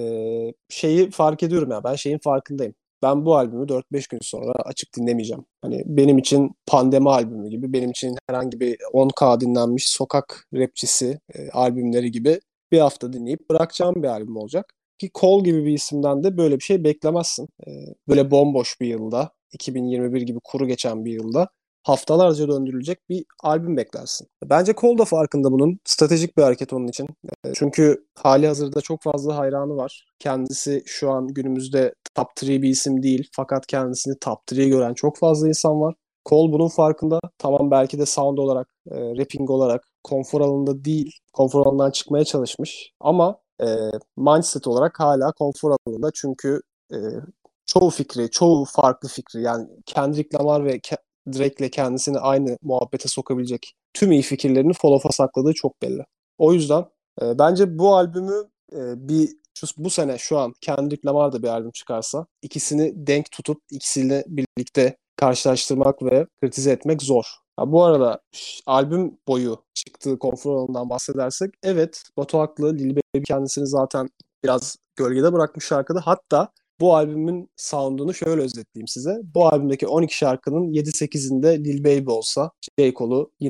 şeyi fark ediyorum ya. Ben şeyin farkındayım. Ben bu albümü dört beş gün sonra açıp dinlemeyeceğim. Hani benim için pandemi albümü gibi, benim için herhangi bir on K dinlenmiş sokak rapçisi e, albümleri gibi bir hafta dinleyip bırakacağım bir albüm olacak. Ki Cole gibi bir isimden de böyle bir şey beklemezsin. E, böyle bomboş bir yılda, iki bin yirmi bir gibi kuru geçen bir yılda haftalarca döndürülecek bir albüm beklersin. Bence Cole da farkında bunun. Stratejik bir hareket onun için. E, çünkü hali hazırda çok fazla hayranı var. Kendisi şu an günümüzde top üç bir isim değil. Fakat kendisini top üçe gören çok fazla insan var. Cole bunun farkında. Tamam, belki de sound olarak, e, rapping olarak konfor alanında değil. Konfor alanından çıkmaya çalışmış. Ama e, mindset olarak hala konfor alanında. Çünkü e, çoğu fikri, çoğu farklı fikri, yani Kendrick Lamar ve Ke- Drake'le kendisini aynı muhabbete sokabilecek tüm iyi fikirlerini Fall sakladığı çok belli. O yüzden e, bence bu albümü e, bir şu, bu sene şu an Kendrick Lamar da bir albüm çıkarsa ikisini denk tutup ikisiyle birlikte karşılaştırmak ve kritize etmek zor. Ha, bu arada ş- albüm boyu çıktığı konfor alanından bahsedersek, evet, Batu haklı. Lil Baby kendisini zaten biraz gölgede bırakmış şarkıda. Hatta bu albümün sound'unu şöyle özetleyeyim size. Bu albümdeki on iki şarkının yedi sekizinde Lil Baby olsa, J. Cole'u yine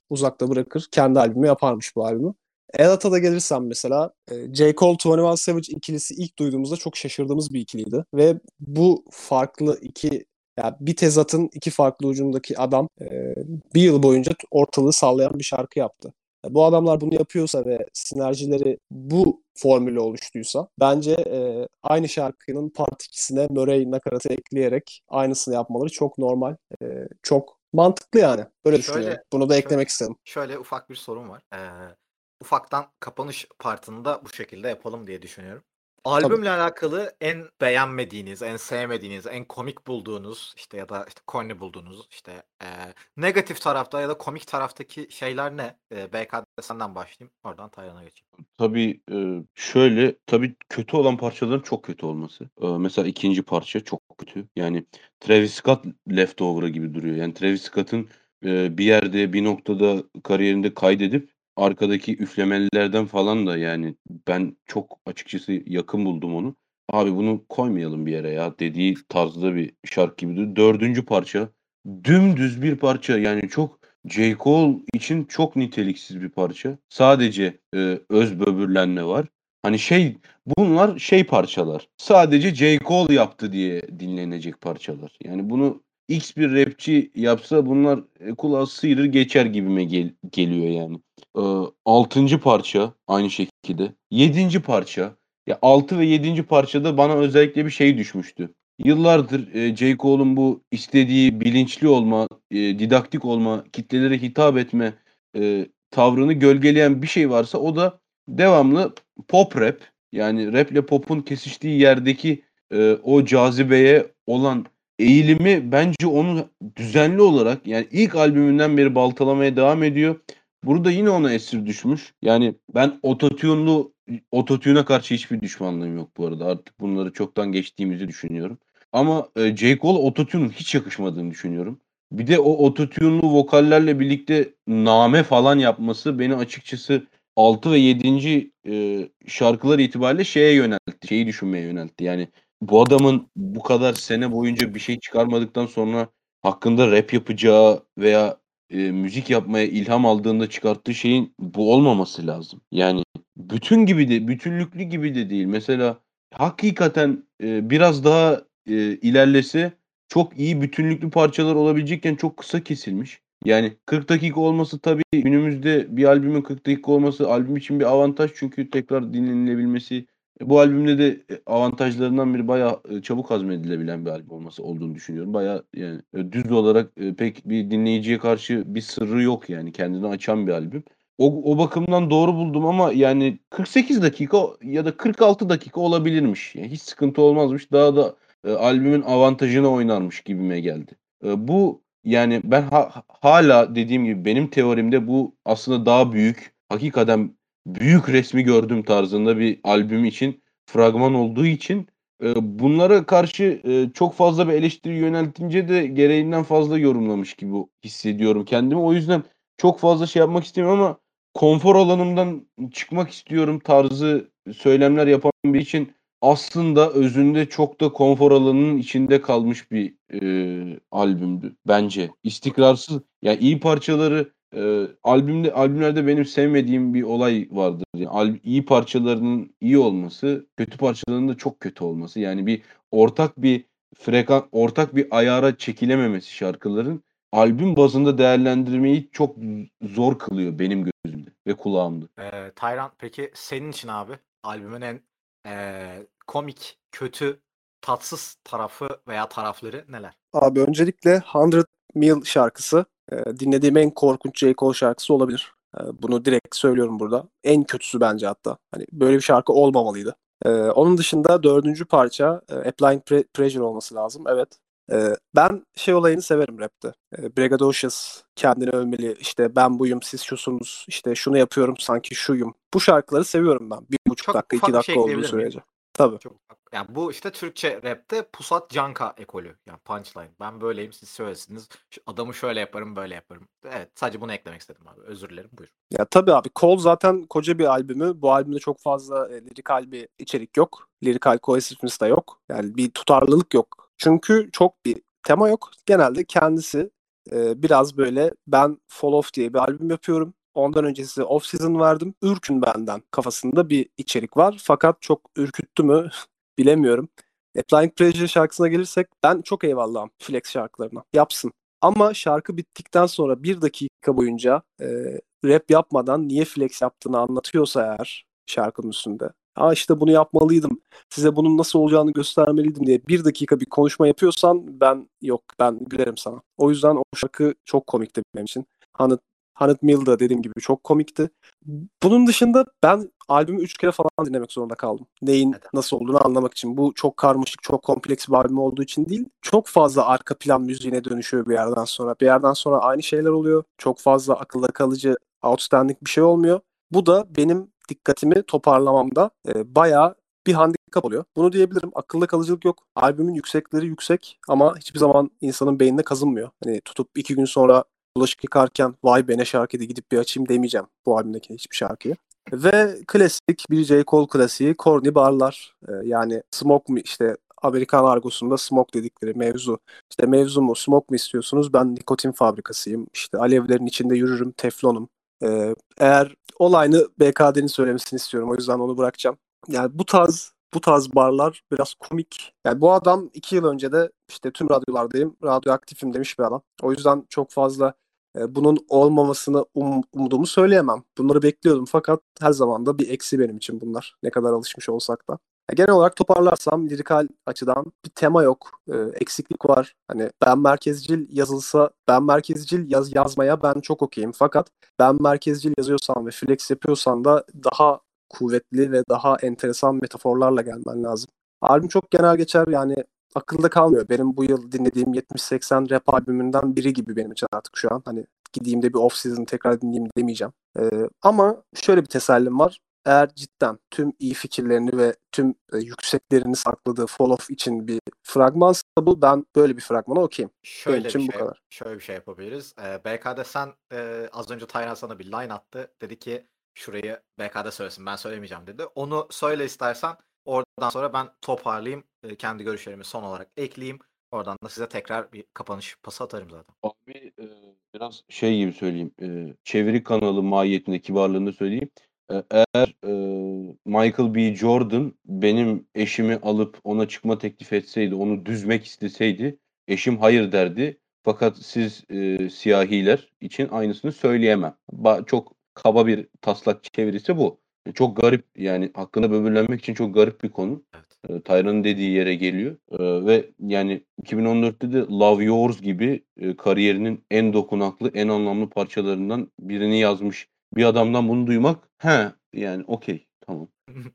uzakta bırakır. Kendi albümü yaparmış bu albümü. Elat'a da gelirsem mesela e, J. Cole Twenty One Savage ikilisi ilk duyduğumuzda çok şaşırdığımız bir ikiliydi. Ve bu farklı iki yani bir tezatın iki farklı ucundaki adam e, bir yıl boyunca ortalığı sallayan bir şarkı yaptı. E, Bu adamlar bunu yapıyorsa ve sinerjileri bu formülle oluştuysa bence e, aynı şarkının part ikisine Murray nakaratı ekleyerek aynısını yapmaları çok normal. E, çok mantıklı yani. Böyle düşünüyorum. Şöyle Bunu da şöyle eklemek istedim. şöyle ufak bir sorun var. Ee, ufaktan kapanış partını da bu şekilde yapalım diye düşünüyorum. Tabii. Albümle alakalı en beğenmediğiniz, en sevmediğiniz, en komik bulduğunuz işte ya da işte corny bulduğunuz işte e, negatif tarafta ya da komik taraftaki şeyler ne? E, B K D senden başlayayım. Oradan Taylan'a geçeyim. Tabii e, şöyle tabii kötü olan parçaların çok kötü olması. E, mesela ikinci parça çok kötü. Yani Travis Scott leftover'ı gibi duruyor. Yani Travis Scott'ın e, bir yerde bir noktada kariyerinde kaydedip arkadaki üflemelilerden falan da yani ben çok açıkçası yakın buldum onu. Abi bunu koymayalım bir yere ya dediği tarzda bir şarkı gibi duruyor. Dördüncü parça dümdüz bir parça yani çok J. Cole için çok niteliksiz bir parça. Sadece e, öz böbürlenme var. Hani şey bunlar şey parçalar. Sadece J. Cole yaptı diye dinlenecek parçalar. Yani bunu X bir rapçi yapsa bunlar e, kulağı sıyırır geçer gibime gel- geliyor yani. E, altıncı parça aynı şekilde. Yedinci parça. Ya altı ve yedinci parçada bana özellikle bir şey düşmüştü. Yıllardır e, J. Cole'un bu istediği bilinçli olma, e, didaktik olma, kitlelere hitap etme e, tavrını gölgeleyen bir şey varsa o da devamlı pop rap. Yani rap ile pop'un kesiştiği yerdeki e, o cazibeye olan eğilimi bence onu düzenli olarak yani ilk albümünden beri baltalamaya devam ediyor. Burada yine ona esir düşmüş. Yani ben ototune'lu ototune'a karşı hiçbir düşmanlığım yok bu arada. Artık bunları çoktan geçtiğimizi düşünüyorum. Ama e, J. Cole ototune'un hiç yakışmadığını düşünüyorum. Bir de o ototune'lu vokallerle birlikte name falan yapması beni açıkçası altı ve yedinci e, şarkılar itibariyle şeye yöneltti. Şeyi düşünmeye yöneltti. Yani bu adamın bu kadar sene boyunca bir şey çıkarmadıktan sonra hakkında rap yapacağı veya e, müzik yapmaya ilham aldığında çıkarttığı şeyin bu olmaması lazım. Yani bütün gibi de bütünlüklü gibi de değil. Mesela hakikaten e, biraz daha e, ilerlese çok iyi bütünlüklü parçalar olabilecekken çok kısa kesilmiş. Yani kırk dakika olması tabii günümüzde bir albümün kırk dakika olması albüm için bir avantaj çünkü tekrar dinlenilebilmesi. E, bu albümde de e, avantajlarından biri bayağı e, çabuk hazmedilebilen bir albüm olması olduğunu düşünüyorum. Bayağı yani e, düz olarak e, pek bir dinleyiciye karşı bir sırrı yok yani kendini açan bir albüm. O, o bakımdan doğru buldum ama yani kırk sekiz dakika ya da kırk altı dakika olabilirmiş. Yani hiç sıkıntı olmazmış. Daha da e, albümün avantajına oynarmış gibime geldi. E, bu yani ben ha- hala dediğim gibi benim teorimde bu aslında daha büyük, hakikaten büyük resmi gördüm tarzında bir albüm için fragman olduğu için e, bunlara karşı e, çok fazla bir eleştiri yöneltince de gereğinden fazla yorumlamış gibi hissediyorum kendimi. O yüzden çok fazla şey yapmak istemiyorum ama konfor alanımdan çıkmak istiyorum tarzı söylemler yapan biri için aslında özünde çok da konfor alanının içinde kalmış bir e, albümdü bence. İstikrarsız yani iyi parçaları e, albümde albümlerde benim sevmediğim bir olay vardır. Yani al, iyi parçalarının iyi olması, kötü parçalarının da çok kötü olması. Yani bir ortak bir frekans, ortak bir ayara çekilememesi şarkıların albüm bazında değerlendirmeyi çok zor kılıyor benim gözümde ve kulağımda. Ee, Tayran peki senin için abi albümün en e, komik, kötü, tatsız tarafı veya tarafları neler? Abi öncelikle Hundred Mil şarkısı e, dinlediğim en korkunç J. Cole şarkısı olabilir. E, bunu direkt söylüyorum burada. En kötüsü bence hatta. Hani böyle bir şarkı olmamalıydı. E, onun dışında dördüncü parça e, Applying Pre- Pressure olması lazım. Evet. E, ben şey olayını severim rapte. E, Braggadocious, kendini övmeli, işte ben buyum, siz şusunuz, işte şunu yapıyorum sanki şuyum. Bu şarkıları seviyorum ben. Bir buçuk Çok dakika, iki ufak bir şey dakika olduğu ekleyebilir miyim? sürece. Tabii. Çok yani bu işte Türkçe rapte Pusat Canka ekolü. Yani punchline. Ben böyleyim siz şöylesiniz. Şu adamı şöyle yaparım böyle yaparım. Evet sadece bunu eklemek istedim abi. Özür dilerim buyur. Ya tabii abi Cole zaten koca bir albümü. Bu albümde çok fazla e, lirikal bir içerik yok. Lirikal cohesiveness da yok. Yani bir tutarlılık yok. Çünkü çok bir tema yok. Genelde kendisi e, biraz böyle ben Fall Off diye bir albüm yapıyorum. Ondan önce size Off Season verdim. Ürkün benden kafasında bir içerik var. Fakat çok ürküttü mü bilemiyorum. Applying Pressure şarkısına gelirsek ben çok eyvallahım Flex şarkılarına. Yapsın. Ama şarkı bittikten sonra bir dakika boyunca e, rap yapmadan niye flex yaptığını anlatıyorsa eğer şarkının üstünde. Aa işte bunu yapmalıydım, size bunun nasıl olacağını göstermeliydim diye bir dakika bir konuşma yapıyorsan ben yok ben gülerim sana. O yüzden o şarkı çok komikti benim için. Hanet, Hanet Mill da dediğim gibi çok komikti. Bunun dışında ben albümü üç kere falan dinlemek zorunda kaldım. Neyin Neden? nasıl olduğunu anlamak için. Bu çok karmaşık, çok kompleks bir albüm olduğu için değil. Çok fazla arka plan müziğine dönüşüyor bir yerden sonra. Bir yerden sonra aynı şeyler oluyor. Çok fazla akılda kalıcı, outstanding bir şey olmuyor. Bu da benim dikkatimi toparlamamda e, bayağı bir handikap oluyor. Bunu diyebilirim. Akılda kalıcılık yok. Albümün yüksekleri yüksek ama hiçbir zaman insanın beynine kazınmıyor. Hani tutup iki gün sonra bulaşık yıkarken vay be ne şarkıydı gidip bir açayım demeyeceğim bu albümdeki hiçbir şarkıyı. Ve klasik bir J. Cole klasiği Corny Barlar. Ee, yani Smoke mu işte Amerikan argosunda smoke dedikleri mevzu. İşte mevzu mu smoke mu istiyorsunuz? Ben nikotin fabrikasıyım. İşte alevlerin içinde yürürüm teflonum. Ee, eğer olayını B K D'nin söylemesini istiyorum. O yüzden onu bırakacağım. Yani bu tarz bu tarz barlar biraz komik. Yani bu adam iki yıl önce de işte tüm radyolardayım, radyoaktifim demiş bir adam. O yüzden çok fazla e, bunun olmamasını um, umduğumu söyleyemem. Bunları bekliyordum fakat her zaman da bir eksi benim için bunlar. Ne kadar alışmış olsak da. Ya genel olarak toparlarsam lirikal açıdan bir tema yok. E, eksiklik var. Hani ben merkezcil yazılsa, ben merkezcil yaz, yazmaya ben çok okeyim. Fakat ben merkezcil yazıyorsan ve flex yapıyorsan da daha kuvvetli ve daha enteresan metaforlarla gelmen lazım. Albüm çok genel geçer yani akılda kalmıyor. Benim bu yıl dinlediğim yetmiş seksen rap albümünden biri gibi benim için artık şu an. Hani gideyim de bir off season tekrar dinleyeyim demeyeceğim. Ee, ama şöyle bir tesellim var. Eğer cidden tüm iyi fikirlerini ve tüm e, yükseklerini sakladığı Fall Off için bir fragmansa bu ben böyle bir fragmana okeyim. Benim Şöyle bir için bu şey kadar. şöyle bir şey yapabiliriz. Ee, B K'de sen e, az önce Taylan sana bir line attı. Dedi ki şurayı B K'de söylesin ben söylemeyeceğim dedi. Onu söyle istersen oradan sonra ben toparlayayım. e, kendi görüşlerimi son olarak ekleyeyim. Oradan da size tekrar bir kapanış pası atarım zaten. Abi e, biraz şey gibi söyleyeyim. E, çeviri kanalı mahiyetinde kibarlığını söyleyeyim. E, eğer e, Michael B. Jordan benim eşimi alıp ona çıkma teklif etseydi, onu düzmek isteseydi, eşim hayır derdi. Fakat siz e, siyahiler için aynısını söyleyemem. Ba- çok kaba bir taslak çevirisi bu. Çok garip yani hakkında böbürlenmek için çok garip bir konu. Evet. E, Tyra'nın dediği yere geliyor. E, ve yani iki bin on dörtte de Love Yours gibi e, kariyerinin en dokunaklı, en anlamlı parçalarından birini yazmış bir adamdan bunu duymak, he yani okey, tamam.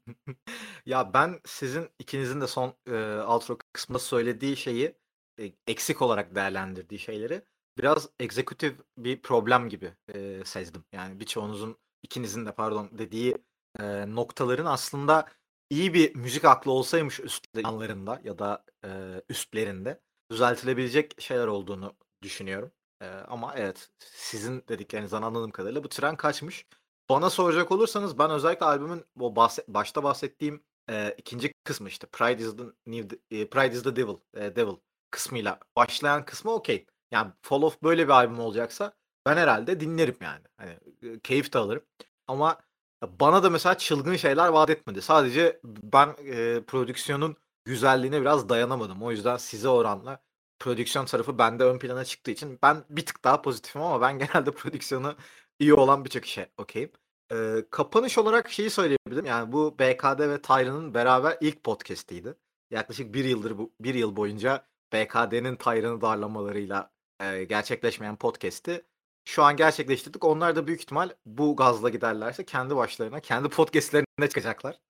Ya ben sizin ikinizin de son e, outro kısmında söylediği şeyi e, eksik olarak değerlendirdiği şeyleri biraz egzekutif bir problem gibi e, sezdim. Yani birçoğunuzun ikinizin de pardon dediği e, noktaların aslında iyi bir müzik aklı olsaymış üst yanlarında ya da e, üstlerinde düzeltilebilecek şeyler olduğunu düşünüyorum. E, ama evet sizin dediklerinizden anladığım kadarıyla bu tren kaçmış. Bana soracak olursanız ben özellikle albümün o bahse- başta bahsettiğim e, ikinci kısmı işte Pride is the New e, Pride is the Devil e, Devil kısmıyla başlayan kısmı okey. Yani Fall Off böyle bir albüm olacaksa ben herhalde dinlerim yani. Hani e, keyif de alırım. Ama bana da mesela çılgın şeyler vaat etmedi. Sadece ben e, prodüksiyonun güzelliğine biraz dayanamadım. O yüzden size oranla prodüksiyon tarafı bende ön plana çıktığı için ben bir tık daha pozitifim ama ben genelde prodüksiyonu iyi olan birçok işe okeyim. Ee, kapanış olarak şeyi söyleyebilirim. Yani bu B K D ve Tyra'nın beraber ilk podcast'iydi. Yaklaşık bir yıldır bu bir yıl boyunca B K D'nin Tyra'nı darlamalarıyla e, gerçekleşmeyen podcast'i şu an gerçekleştirdik. Onlar da büyük ihtimal bu gazla giderlerse kendi başlarına, kendi podcast'lerine çıkacaklar.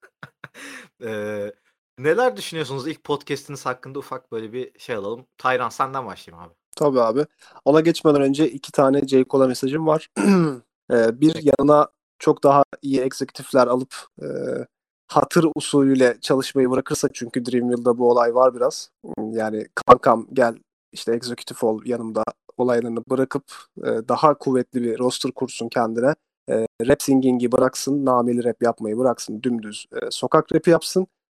Ee, neler düşünüyorsunuz? İlk podcast'iniz hakkında ufak böyle bir şey alalım. Tayran senden başlayayım abi. Tabii abi. Ona geçmeden önce iki tane J. Cole'a mesajım var. Ee, bir Peki. yanına çok daha iyi executive'ler alıp e, hatır usulüyle çalışmayı bırakırsa çünkü Dreamville'da bu olay var biraz. Yani kankam gel işte executive ol yanımda olaylarını bırakıp e, daha kuvvetli bir roster kursun kendine. E, rap singing'i bıraksın, nameli rap yapmayı bıraksın, dümdüz e, sokak rapi yapsın.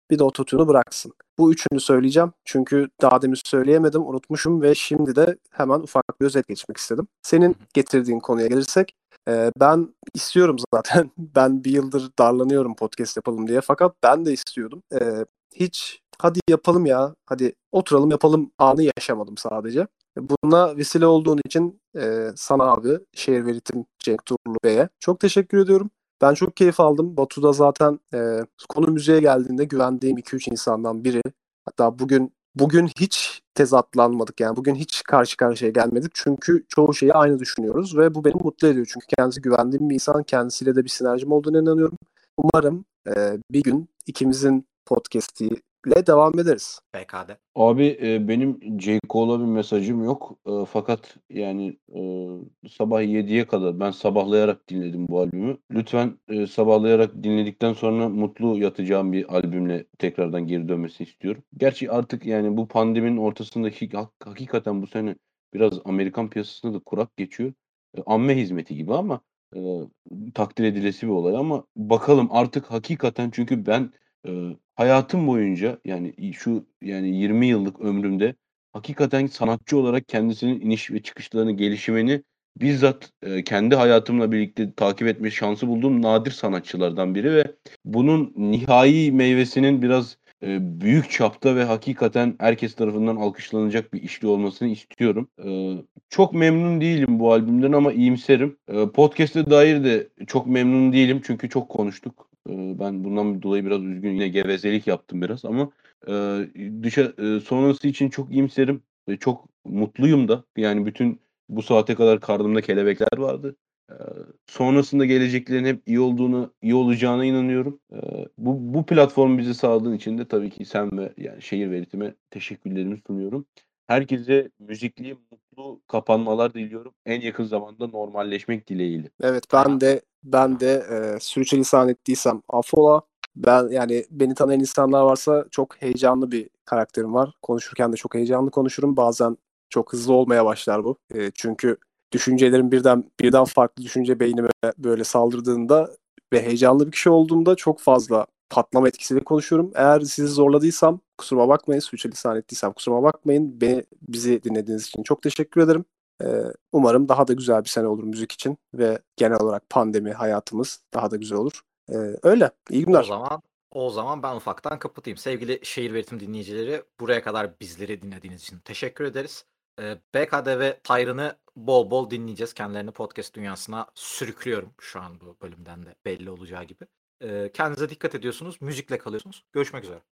bir de ototune'u bıraksın. Bu üçünü söyleyeceğim. Çünkü daha demin söyleyemedim, unutmuşum ve şimdi de hemen ufak bir özet geçmek istedim. Senin getirdiğin konuya gelirsek, e, ben istiyorum zaten. Ben bir yıldır darlanıyorum podcast yapalım diye. Fakat ben de istiyordum. E, hiç hadi yapalım ya, hadi oturalım yapalım anı yaşamadım sadece. Buna vesile olduğun için e, sana abi, Şehir ve Ritim Cenk Turlu Bey'e çok teşekkür ediyorum. Ben çok keyif aldım. Batu da zaten e, konu müziğe geldiğinde güvendiğim iki üç insandan biri. Hatta bugün bugün hiç tezatlanmadık, yani bugün hiç karşı karşıya gelmedik. Çünkü çoğu şeyi aynı düşünüyoruz ve bu beni mutlu ediyor. Çünkü kendisi güvendiğim bir insan, kendisiyle de bir sinerjim olduğuna inanıyorum. Umarım e, bir gün ikimizin podcastiyle devam ederiz. B K D. Abi e, benim J. Cole'a bir mesajım yok. E, fakat yani e, sabah yediye kadar ben sabahlayarak dinledim bu albümü. Lütfen e, sabahlayarak dinledikten sonra mutlu yatacağım bir albümle tekrardan geri dönmesini istiyorum. Gerçi artık yani bu pandeminin ortasındaki hak- hakikaten bu sene biraz Amerikan piyasasında da kurak geçiyor. E, amme hizmeti gibi ama e, takdir edilesi bir olay ama bakalım artık hakikaten çünkü ben Eee, hayatım boyunca yani şu yani yirmi yıllık ömrümde hakikaten sanatçı olarak kendisinin iniş ve çıkışlarını, gelişimini bizzat, eee, kendi hayatımla birlikte takip etme şansı bulduğum nadir sanatçılardan biri ve bunun nihai meyvesinin biraz, eee, büyük çapta ve hakikaten herkes tarafından alkışlanacak bir işli olmasını istiyorum. Eee, çok memnun değilim bu albümden ama iyimserim. Eee, podcast'e dair de çok memnun değilim çünkü çok konuştuk. Eee, ben bundan dolayı biraz üzgünüm. Yine gevezelik yaptım biraz ama, eee, dışa eee, sonrası için çok iyimserim ve çok mutluyum da. Yani bütün bu saate kadar karnımda kelebekler vardı. Eee, sonrasında geleceklerin hep iyi olduğunu, iyi olacağına inanıyorum. Eee, bu bu platformu bize sağladığın için de tabii ki sen ve yani Şehir ve Ritim'e teşekkürlerimi sunuyorum. Herkese müzikli, mutlu kapanmalar diliyorum. En yakın zamanda normalleşmek dileğiyle. Evet, Aynen. ben de ben de e, sürçülisan ettiysem affola. Ben, yani beni tanıyan insanlar varsa, çok heyecanlı bir karakterim var. Konuşurken de çok heyecanlı konuşurum. Bazen çok hızlı olmaya başlar bu. E, çünkü düşüncelerim birden birden farklı düşünce beynime böyle saldırdığında ve heyecanlı bir kişi olduğumda çok fazla patlama etkisiyle konuşuyorum. Eğer sizi zorladıysam kusuruma bakmayın. Sürçülisan ettiysem kusuruma bakmayın. Beni, bizi dinlediğiniz için çok teşekkür ederim. Ee, umarım daha da güzel bir sene olur müzik için ve genel olarak pandemi hayatımız daha da güzel olur. Ee, öyle. İyi O günler. zaman o zaman ben ufaktan kapatayım. Sevgili Şehir ve Ritim dinleyicileri, buraya kadar bizleri dinlediğiniz için teşekkür ederiz. Ee, B K D ve Tayran'ı bol bol dinleyeceğiz. Kendilerini podcast dünyasına sürüklüyorum şu an bu bölümden de belli olacağı gibi. Ee, kendinize dikkat ediyorsunuz. Müzikle kalıyorsunuz. Görüşmek üzere.